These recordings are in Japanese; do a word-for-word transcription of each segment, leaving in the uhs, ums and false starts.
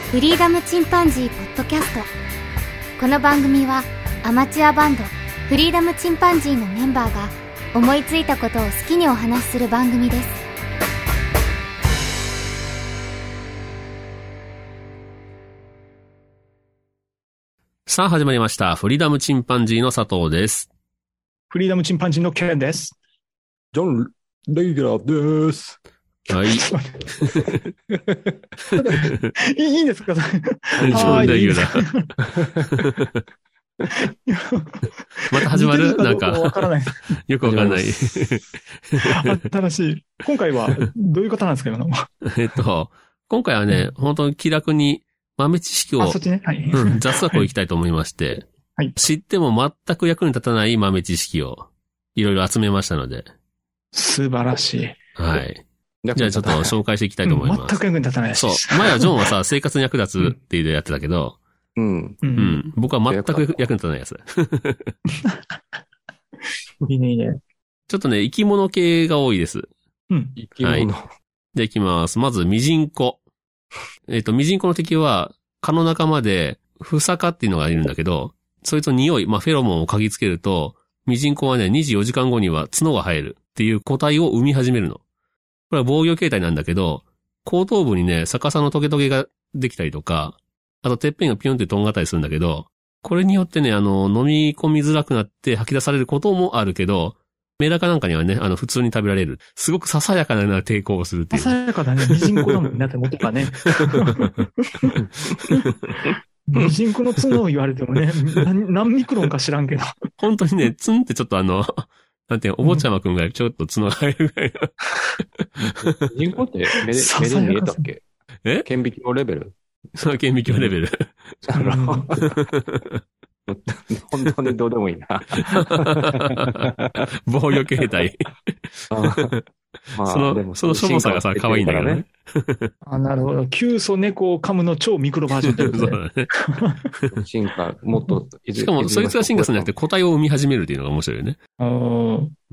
フリーダムチンパンジーポッドキャスト。この番組はアマチュアバンドフリーダムチンパンジーのメンバーが思いついたことを好きにお話しする番組です。 さあ始まりました。フリーダムチンパンジーの佐藤です。 フリーダムチンパンジーのケンです。 ジョン・レギュラーです。 はい。 いいいいんですか？ジョン・レギュラー。また始まる？なんか、 わからない。 よくわかんない。 新しい。今回はどういう方なんですか？ えっと、今回はね、本当に気楽に豆知識を、 あ、そっちね。はい。 うん、雑学をいきたいと思いまして、 はい。 知っても全く役に立たない豆知識をいろいろ集めましたので。 素晴らしい。 はい。じゃあちょっと紹介していきたいと思います。 うん、全く役に立たないです。 そう。前はジョンはさ、生活に役立つっていうのやってたけど、 うん。 うん。うん、僕は全く役に立たないやつ。 いいね、いいね。 ちょっとね、生き物系が多いです。 うん。 生き物。はい、 じゃあいきます。まず、ミジンコ。えっと、ミジンコの敵は、蚊の仲間で、フサカっていうのがいるんだけど、そいつの匂い、まあ、フェロモンを嗅ぎつけると、ミジンコはね、にじゅうよじかんごには角が生えるっていう個体を生み始めるの。これは防御形態なんだけど、後頭部にね、逆さのトゲトゲができたりとか、あとてっぺんがピョンってとんがったりするんだけど、これによってね、あの、飲み込みづらくなって吐き出されることもあるけど、メダカなんかにはね、あの、普通に食べられる。すごくささやかな抵抗をするっていう。 ささやかだね。ミジンコだもんね。だって元がね。ミジンコの角を言われてもね、何, 何ミクロンか知らんけど。 本当にね、ツンってちょっとあの、なんていうの、お坊ちゃまくんがちょっと角が生えるぐらいの。 ミジンコって目で、目で見えたっけ？え？顕微鏡レベル？ そう、顕微鏡レベル。 本当にどうでもいいな。 防御形態。まあ、その、そのしょぼさがさ、可愛いんだけどね。 あ、なるほど。キュウソネコを噛むの超ミクロバージョンということで。 そうだね。進化、もっと。 しかも、そいつが進化するんじゃなくて個体を生み始めるっていうのが面白いよね。 うん。 うん。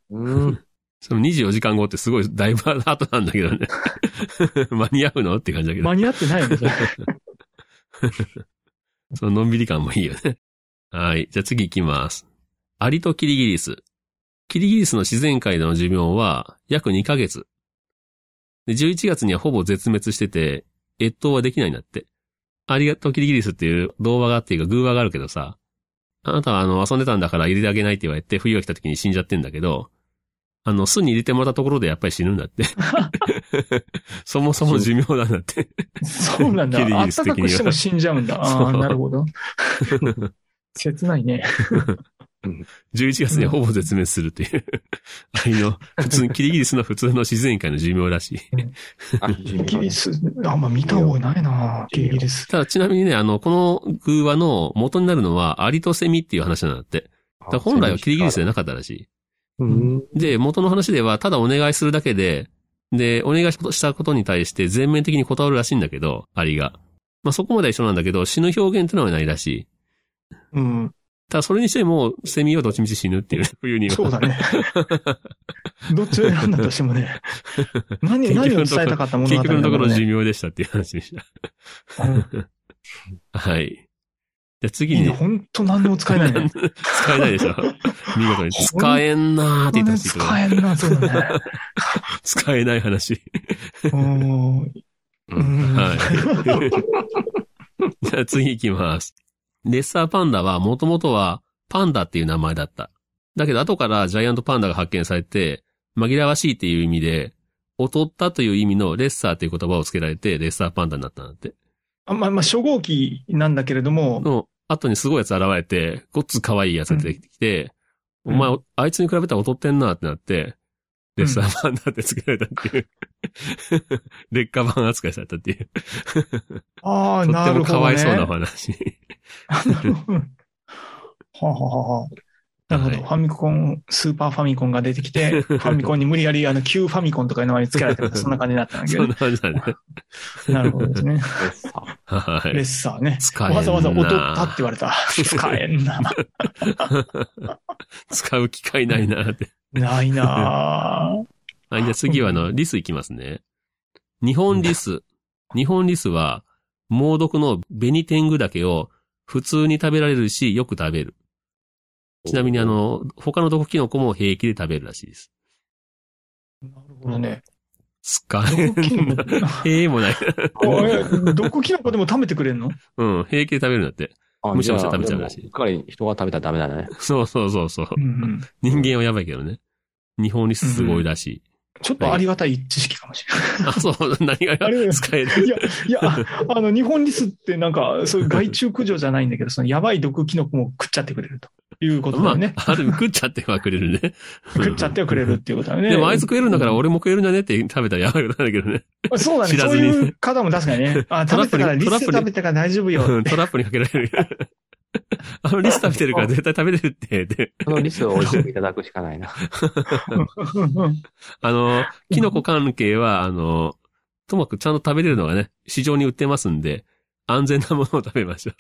うん。そのにじゅうよじかんごってすごいだいぶ後なんだけどね。間に合うのって感じだけど。 間に合ってないよね。 そののんびり感もいいよね。はい。じゃあ次行きます。アリとキリギリス。キリギリスの自然界での寿命は約にかげつ。で、じゅういちがつにはほぼ絶滅してて、越冬はできないんだって。アリとキリギリスっていう童話があっていうか偶話があるけどさ、あなたはあの遊んでたんだから入れてあげないって言われて冬が来た時に死んじゃってんだけど、あの巣に入れてもらったところでやっぱり死ぬんだって。そもそも寿命なんだって。 そうなんだ。あったかくしても死んじゃうんだ。ああ、なるほど。切ないね。 じゅういちがつにはほぼ絶滅するっていう。あの、普通に、キリギリスの普通の自然界の寿命らしい。 キリギリス、あんま見た覚えないな、キリギリス。 ただちなみにね、あの、この偶話の元になるのはアリとセミっていう話なんだって。だから本来はキリギリスでなかったらしい。 うん、 で、元の話ではただお願いするだけで、で、お願いしたことに対して全面的に断るらしいんだけど、アリが。まあ、そこまでは一緒なんだけど、死ぬ表現ってのはないらしい。 うん。 ただそれにしても、セミはどっちみち死ぬっていう、冬には。 そうだね。どっちを選んだとしてもね。何、何を伝えたかったものか、ね、結局のところ寿命でしたっていう話でした。うん、はい。じゃあ次に、ね。 いいほんと何でも使えないね。 使えないでしょ。見事に。使えんなーって言ってほしい。 使えんな、そうだね。 使えない話。 うん。 はい。じゃあ次行きます。レッサーパンダはもともとはパンダっていう名前だった。だけど後からジャイアントパンダが発見されて、紛らわしいっていう意味で、劣ったという意味のレッサーっていう言葉を付けられて、レッサーパンダになったんだって。 あ、まあ、まあ、初号機なんだけれども。 の後にすごいやつ現れて、ごっつ可愛いやつが出てきて、うん、お前、あいつに比べたら劣ってんなってなって、レッサーパンダって付けられたっていう。劣化版扱いされたっていう。 ああ、なるほど、ね。 とってもかわいそうな話。 なるほど。はあ、はあはあ、なるほど、はい。ファミコン、スーパーファミコンが出てきて、ファミコンに無理やりあの、旧ファミコンとかいう名前に付けられてるそんな感じになったんだけど。 そんな感じだね。 なるほどですね。 レッサー。はい。 レッサーね。 使えんな。 わざわざ劣ったって言われた。使えんな。 使う機会ないなって。 ないなぁ。 はい、じゃあ次はあの、リスいきますね。日本リス。日本リスは、 猛毒のベニテングダケを普通に食べられるし、よく食べる。ちなみにあの、他の毒キノコも平気で食べるらしいです。 なるほどね。 使えんな。へえもない。 毒キノコでも食べてくれんの？ うん、平気で食べるんだって。むしゃむしゃ食べちゃうらしい。 うっかり人が食べたらダメだね。 そうそうそうそう、うんうん。人間はやばいけどね。日本リスすごいらしい。うんちょっとありがたい知識かもしれない。 あ、そう、何が使えるいや、いや、あの、日本リスってなんか、そういう害虫駆除じゃないんだけど、そのやばい毒キノコも食っちゃってくれるということだよね。 まあ、ある意味食っちゃってはくれるね。 食っちゃってはくれるっていうことだよね。 でもあいつ食えるんだから俺も食えるんだねって食べたらやばいことなんだけどね。 そうだね。そういう方も確かにね。あ、食べてから、リス食べてから大丈夫よ。 トラップにかけられる。あのリス食べてるから絶対食べれるって。でそのリスを美味しくいただくしかないな。 あの、キノコ関係は、あの、ともかくちゃんと食べれるのがね、市場に売ってますんで、安全なものを食べましょ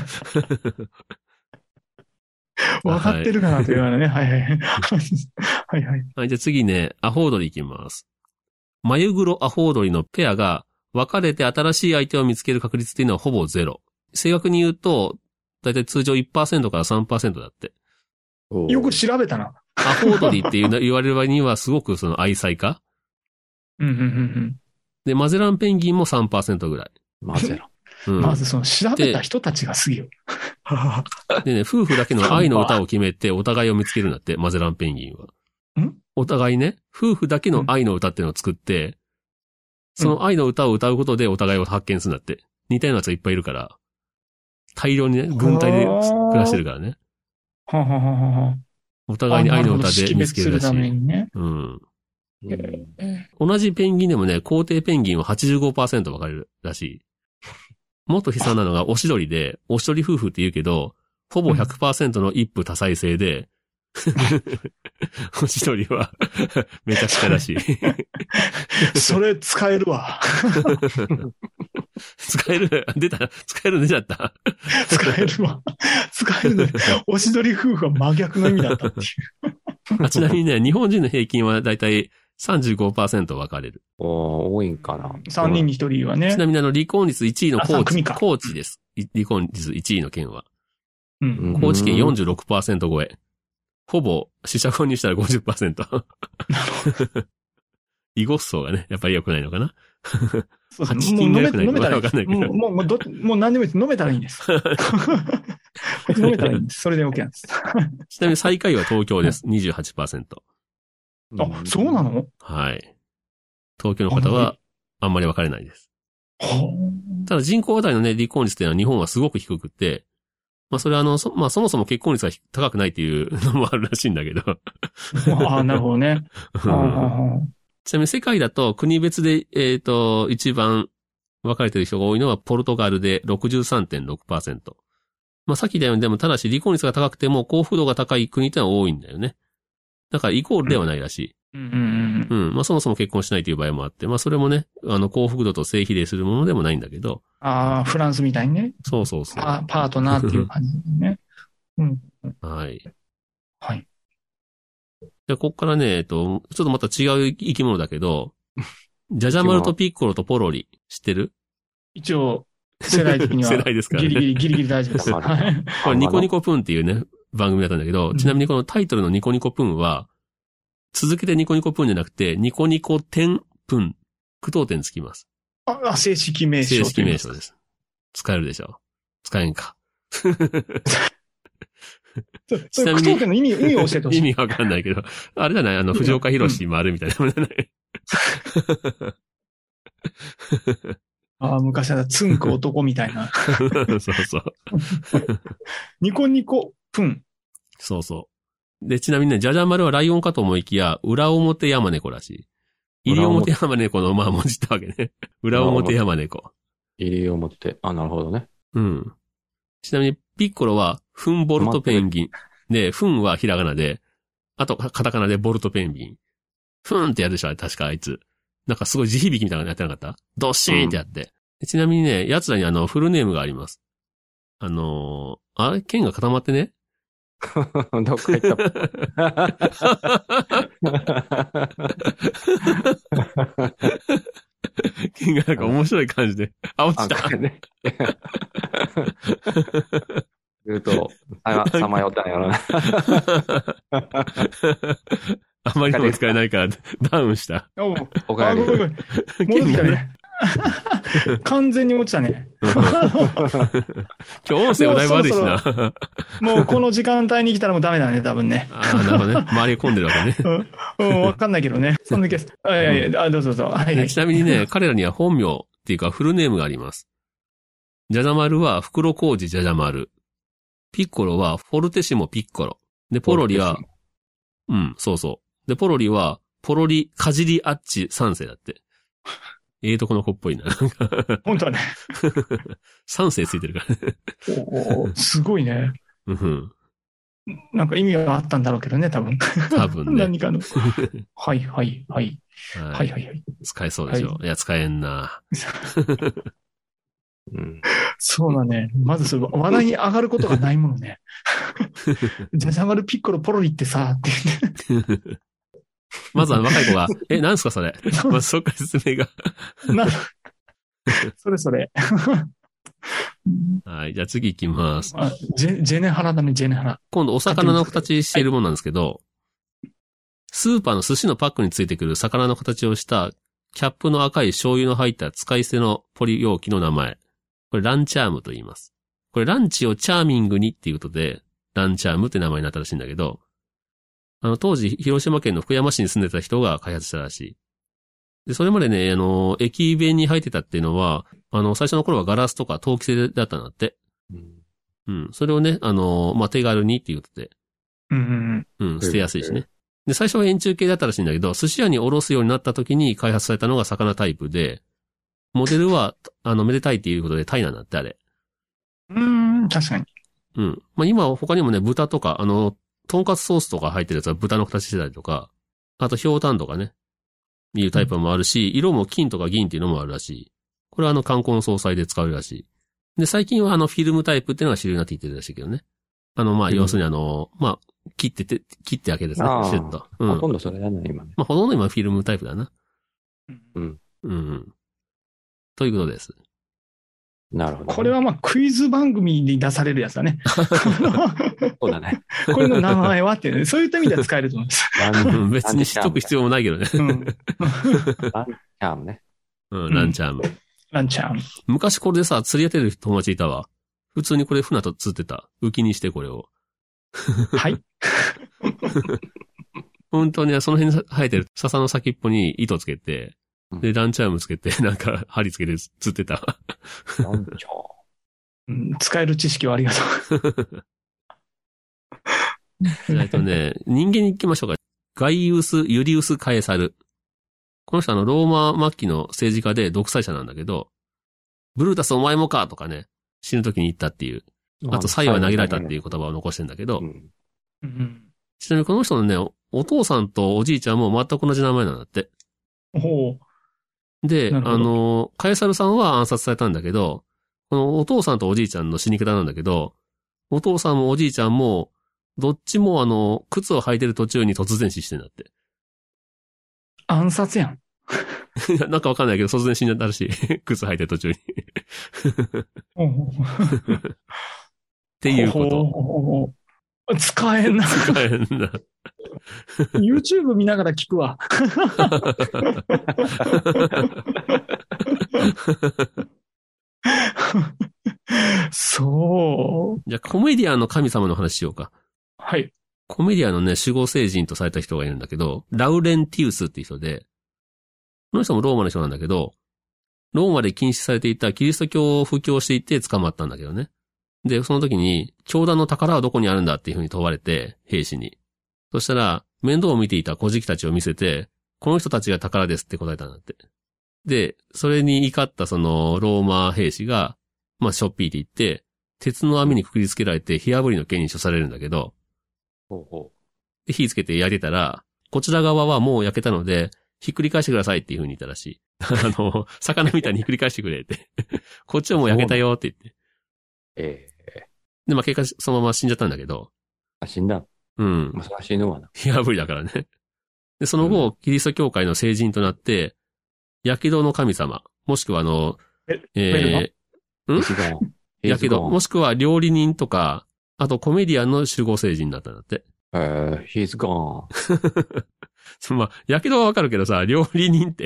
う。分かってるかなというようなね。はいはい。はいはい。 はい、じゃあ次ね、アホウドリいきます。マユグロアホウドリのペアが分かれて新しい相手を見つける確率っていうのはほぼゼロ。正確に言うと、だいたい通常 いちパーセント から さんパーセント だって。 よく調べたな。 アホウドリっていう言われる場合にはすごくその愛妻家。 うんうんうんうん。 で、マゼランペンギンも さんパーセント ぐらい。 マゼラン。 うん、 まずその調べた人たちがすげえよ。 でね、夫婦だけの愛の歌を決めてお互いを見つけるんだって、マゼランペンギンは。 んお互いね、夫婦だけの愛の歌っていうのを作って、うん、その愛の歌を歌うことでお互いを発見するんだって。似たようなやつがいっぱいいるから。大量にね、軍隊で暮らしてるからね。 ははははお互いに愛の歌で見つけるらしい。 ね、 うん。同じペンギンでもね、皇帝ペンギンは はちじゅうごパーセント 分かれるらしい。もっと悲惨なのがオシドリで、オシドリ夫婦って言うけど、ほぼ ひゃくパーセント の一夫多妻制で、オシドリはめちゃくちゃらしい。 それ使えるわ。 使える出た使える出ちゃった使えるわ。使えるね。おしどり夫婦は真逆の意味だったっていうあ。ちなみにね、日本人の平均はだいたい さんじゅうごパーセント 分かれる。 お多いんかな。 さんにんにひとりはね。 ちなみにあの、離婚率いちいの高知、高知です。離婚率いちいの県は。うん。高知県 よんじゅうろくパーセント 超え。ほぼ、死者購入したら ごじゅっパーセント。囲碁層がね、やっぱり良くないのかな。 そうですね。もう飲め、飲めたらいいです。もう、もう、もう、ど、もう何でもいいです。飲めたらいいんです。飲めたらいいんです。それで OK なんです。 ちなみに最下位は東京です。にじゅうはちパーセント。 あ、そうなの？ はい。東京の方はあんまり分かれないです。ただ人口あたりのね、離婚率っていうのは日本はすごく低くて、まあそれはあの、そ、まあそもそも結婚率が高くないっていうのもあるらしいんだけど。 ああ、なるほどね。 ちなみに世界だと国別で、えっと、一番分かれてる人が多いのはポルトガルで ろくじゅうさんてんろくパーセント。まあさっきだよね、でもただし離婚率が高くても幸福度が高い国ってのは多いんだよね。だからイコールではないらしい。 うんうんうん。 うん。まあそもそも結婚しないという場合もあって、まあそれもね、あの幸福度と正比例するものでもないんだけど。 ああ、フランスみたいにね。 そうそうそう。 パ, パートナーっていう感じね。うん。 はい。 はい。 じゃあこっからね、えっと、ちょっとまた違う生き物だけど、ジャジャマルとピッコロとポロリ、知ってる？ 一応、世代的には。 世代ですからね。 ギリギリ、ギリギリ大丈夫です。はい。 これニコニコプンっていうね、番組だったんだけど、うん、ちなみにこのタイトルのニコニコプンは、続けてニコニコプンじゃなくて、ニコニコテンプン。句読点つきます。 あ、正式名称。 正式名称です。使えるでしょ？使えんか。 ちなみに。句読点の意味、意味を教えてほしい。 意味わかんないけど。あれじゃないあの、藤岡弘もあるみたいなものじゃない、 ああ、昔はツンク男みたいな。 そうそう。 ニコニコプン。 そうそう。で、ちなみにね、ジャジャマルはライオンかと思いきや、裏表山猫らしい。入表山猫のまあ文字ったわけね。裏表山猫。 入表。あ、なるほどね。 うん。ちなみに、ピッコロは、フンボルトペンギン。で、フンはひらがなで、あと、カタカナでボルトペンギン。フンってやるでしょ、確かあいつ。なんかすごい地響きみたいなのやってなかった？ドッシーンってやって。うん、ちなみにね、奴らにあの、フルネームがあります。あのー、あれ、剣が固まってね。 どっか行った。 剣がなんか面白い感じで。あ、落ちた。 あ、ね。ずっと、さまよったんやろな。 あまりにも使えないからダウンした。 おおかえり。 あ、ごめんごめん。戻ってきたね。完全に落ちたね。 今日音声もだいぶ悪いしな。 そろそろもうこの時間帯に来たらもうダメだね、多分ね。 ああ、なるほどね。周りが混んでるわけね。 うん、うん、わかんないけどね。そんなケース。あ、いやいや、あ、どうぞどうぞ。はいはい。 ちなみにね、彼らには本名っていうかフルネームがあります。ジャジャマルは袋小路ジャジャマル。ピッコロはフォルテシモピッコロ。で、ポロリは、うん、そうそう。で、ポロリは、ポロリ、カジリアッチ三世だって。ええとこの子っぽいな。 本当はね。 三世ついてるからね。 おお、すごいね。 うん。 なんか意味があったんだろうけどね、多分。 多分ね。 何かの。はいはいはい。はいはいはい。 使えそうでしょ。はい、いや、使えんな。 うん、 そうだね。まずそれ話題に上がることがないものね。ジャジャマルピッコロポロリってさ、って言って。 まずは若い子が、え、なんすかそれ。まずそっから説明が。 なそれそれ。 はい、じゃあ次行きます。 あジェ、ジェネハラだね、ジェネハラ。 今度お魚の形しているものなんですけど、はい、スーパーの寿司のパックについてくる魚の形をしたキャップの赤い醤油の入った使い捨てのポリ容器の名前。これランチャームと言います。これランチをチャーミングにっていうことで、ランチャームって名前になったらしいんだけど、あの、当時、広島県の福山市に住んでた人が開発したらしい。で、それまでね、あの、駅弁に入ってたっていうのは、あの、最初の頃はガラスとか陶器製だったんだって。うん。うん。それをね、あの、まあ、手軽にっていうことで。 うんうん。 うん、捨てやすいしね。で、最初は円柱形だったらしいんだけど、寿司屋におろすようになった時に開発されたのが魚タイプで、モデルは、あの、めでたいっていうことでタイなんだって、あれ。 うーん、確かに。 うん。まあ、今は他にもね、豚とか、あの、とんかつソースとか入ってるやつは豚の形してたりとか、あと、ひょうたんとかね、いうタイプもあるし、うん、色も金とか銀っていうのもあるらしい。これはあの、冠婚葬祭で使うらしい。で、最近はあの、フィルムタイプっていうのが主流になっていってるらしいけどね。あの、まあ、要するにあの、うん、まあ、切ってて、切って開けるですね、シュッと。 うん。今度それやんない今ね。 まあ、ほとんど今フィルムタイプだな。 うん。 うん。ということです。 なるほど、ね。 これはまあクイズ番組に出されるやつだね。 そうだね。 これの名前はっていうね、そういった意味では使えると思うんです。 別に知っとく必要もないけどね。うん、 ランチャームね。 うん、ランチャーム。 ランチャーム。 昔これでさ、釣り当てる友達いたわ。普通にこれ船と釣ってた。浮きにしてこれを。 はい。 本当にその辺に生えてる笹の先っぽに糸つけて、で、ランチャームつけて、なんか、針つけて釣ってた。 ランチャー、 うん。使える知識はありがとう。 えっとね、人間に行きましょうか。ガイウス・ユリウス・カエサル。この人あの、ローマ末期の政治家で独裁者なんだけど、ブルータスお前もかとかね、死ぬ時に言ったっていう。あと、サイは投げられたっていう言葉を残してんだけど、 うんうん、 ちなみにこの人のね、お父さんとおじいちゃんも全く同じ名前なんだって。 ほう。 で、あの、カエサルさんは暗殺されたんだけど、このお父さんとおじいちゃんの死に方なんだけど、お父さんもおじいちゃんも、どっちもあの、靴を履いてる途中に突然死してんだって。 暗殺やん。 なんかわかんないけど、突然死んだらしい。靴履いてる途中に。っていうこと。 使えんな。 使えんな。 YouTube 見ながら聞くわ。そう。 じゃあコメディアンの神様の話しようか。 はい。 コメディアンのね、守護聖人とされた人がいるんだけど、ラウレンティウスっていう人で、この人もローマの人なんだけど、ローマで禁止されていたキリスト教を布教していて捕まったんだけどね。で、その時に、教団の宝はどこにあるんだっていうふうに問われて、兵士に。そしたら、面倒を見ていた小敷たちを見せて、この人たちが宝ですって答えたんだって。で、それに怒ったその、ローマ兵士が、まあ、しょっぴーって言って、鉄の網にくくりつけられて、火炙りの刑に処されるんだけど、 ほうほう。 で、火つけて焼いてたら、こちら側はもう焼けたので、ひっくり返してくださいっていうふうに言ったらしい。あの、魚みたいにひっくり返してくれって。こっちはもう焼けたよって言って。 ええー。 で、まあ、結果そのまま死んじゃったんだけど。 あ、死んだ。 うん。 まあ、それは死ぬわな。 火炙りだからね。で、その後、うん、キリスト教会の聖人となって、 やけどの神様、もしくはあの、えー、んやけど、もしくは料理人とか、あとコメディアンの守護聖人だったんだって。 えー、he's gone. まあ、やけどはわかるけどさ、料理人って、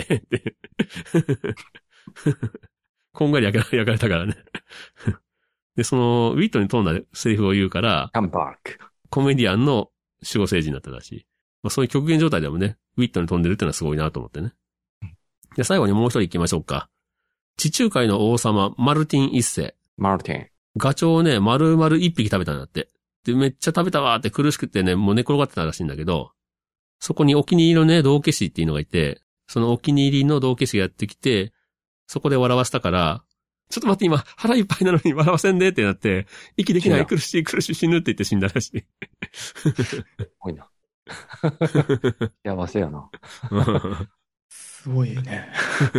こんがり焼かれたからね。で、その、ウィットに富んだセリフを言うから、 come back. コメディアンの守護聖人だったらしい。まあ、そういう極限状態でもね、ウィットに富んでるってのはすごいなと思ってね。で、最後にもう一人行きましょうか。地中海の王様、マルティン一世。 マルティン。 ガチョウをね、丸々一匹食べたんだって。で、めっちゃ食べたわーって苦しくてね、もう寝転がってたらしいんだけど、そこにお気に入りのね、道化師っていうのがいて、そのお気に入りの道化師がやってきて、そこで笑わせたから、ちょっと待って今、腹いっぱいなのに笑わせんでってなって、息できない、苦しい、苦しい、死ぬって言って死んだらしい。 すごいな。幸せやな。 すごいね。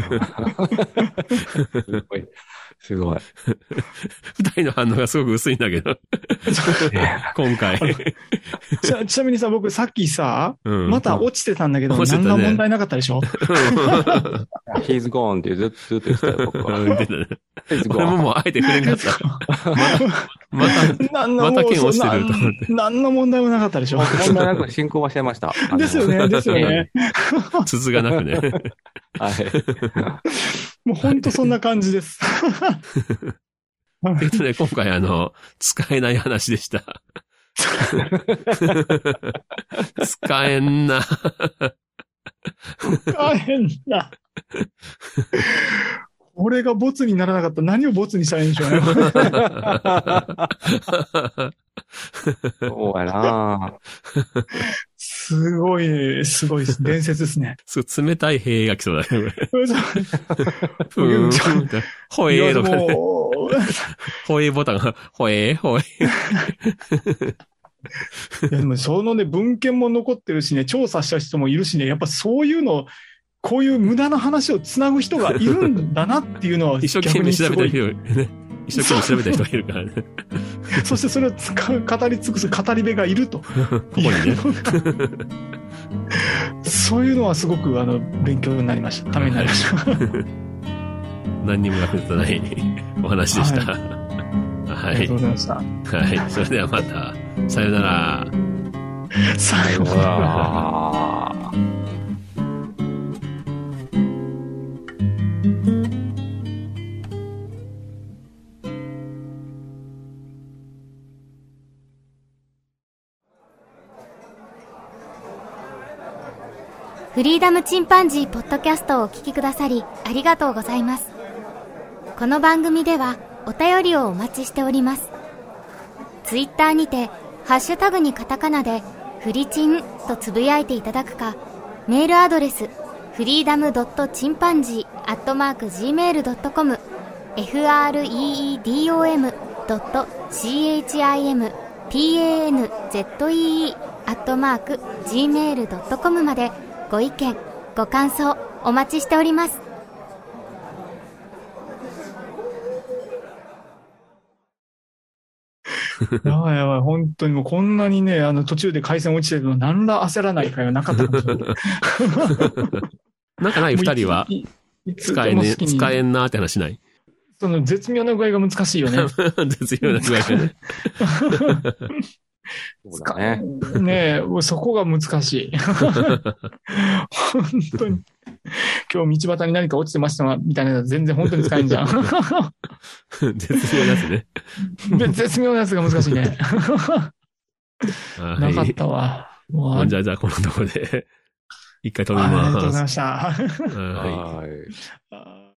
すごい。すごい。 二人の反応がすごく薄いんだけど。今回ちな。ちなみにさ、僕さっきさ、うん、また落ちてたんだけど、 ね、 何ら問題なかったでしょ ?He's gone ってずっとずっと言ってたよ、僕は。 俺ももうあえて触れんかった。また、また、また剣落ちてると思って。 何の問題もなかったでしょ問題なく進行はしてました。 ですよね、ですよね。 続がなくね。 はい。 もうほんとそんな感じです。 えっとね、今回あの、使えない話でした。使えんな。 使えんな。これがボツにならなかったら何をボツにしたらいいんでしょうね。 そうやな。 すごい、すごいです。伝説ですね。 すごい冷たい塀が来そうだね、これ。ふーん。ほえーとかね。ほえーボタンが、ほえー、ほえー。 いやでもそのね、文献も残ってるしね、調査した人もいるしね、やっぱそういうの、こういう無駄な話をつなぐ人がいるんだなっていうのは、 一生懸命調べた人ね。一生懸命調べた人がいるからね。 そしてそれを語り尽くす語り部がいると。ここにね。 そういうのはすごくあの勉強になりました。ためになりました。 何にも役に立たないお話でした。はい。 はい、ありがとうございました。 はい。それではまた、さよなら。 さよなら。 フリーダムチンパンジーポッドキャストをお聞きくださりありがとうございます。この番組ではお便りをお待ちしております。ツイッターにてハッシュタグにカタカナでフリチンとつぶやいていただくか、メールアドレスフリーダムドットチンパンジーアットマークジーメールドットコム フリーダムドットチンパンジーアットマークジーメールドットコムまでご意見、ご感想お待ちしております。 やばいやばい、本当にもうこんなにね、あの途中で回線落ちてるの何ら焦らない会はなかったかもしれない。 なんかない二人は使えね、使えんなーって話しない。 その絶妙な具合が難しいよね。 絶妙な具合がね。 そうだね。 ねえ、そこが難しい。本当に。今日道端に何か落ちてましたみたいなやつ全然本当に使えんじゃん。 絶妙なやつね。 絶妙なやつが難しいね。なかったわ。 もうじゃあじゃあこのところで一回止めます。 ありがとうございました。 はい。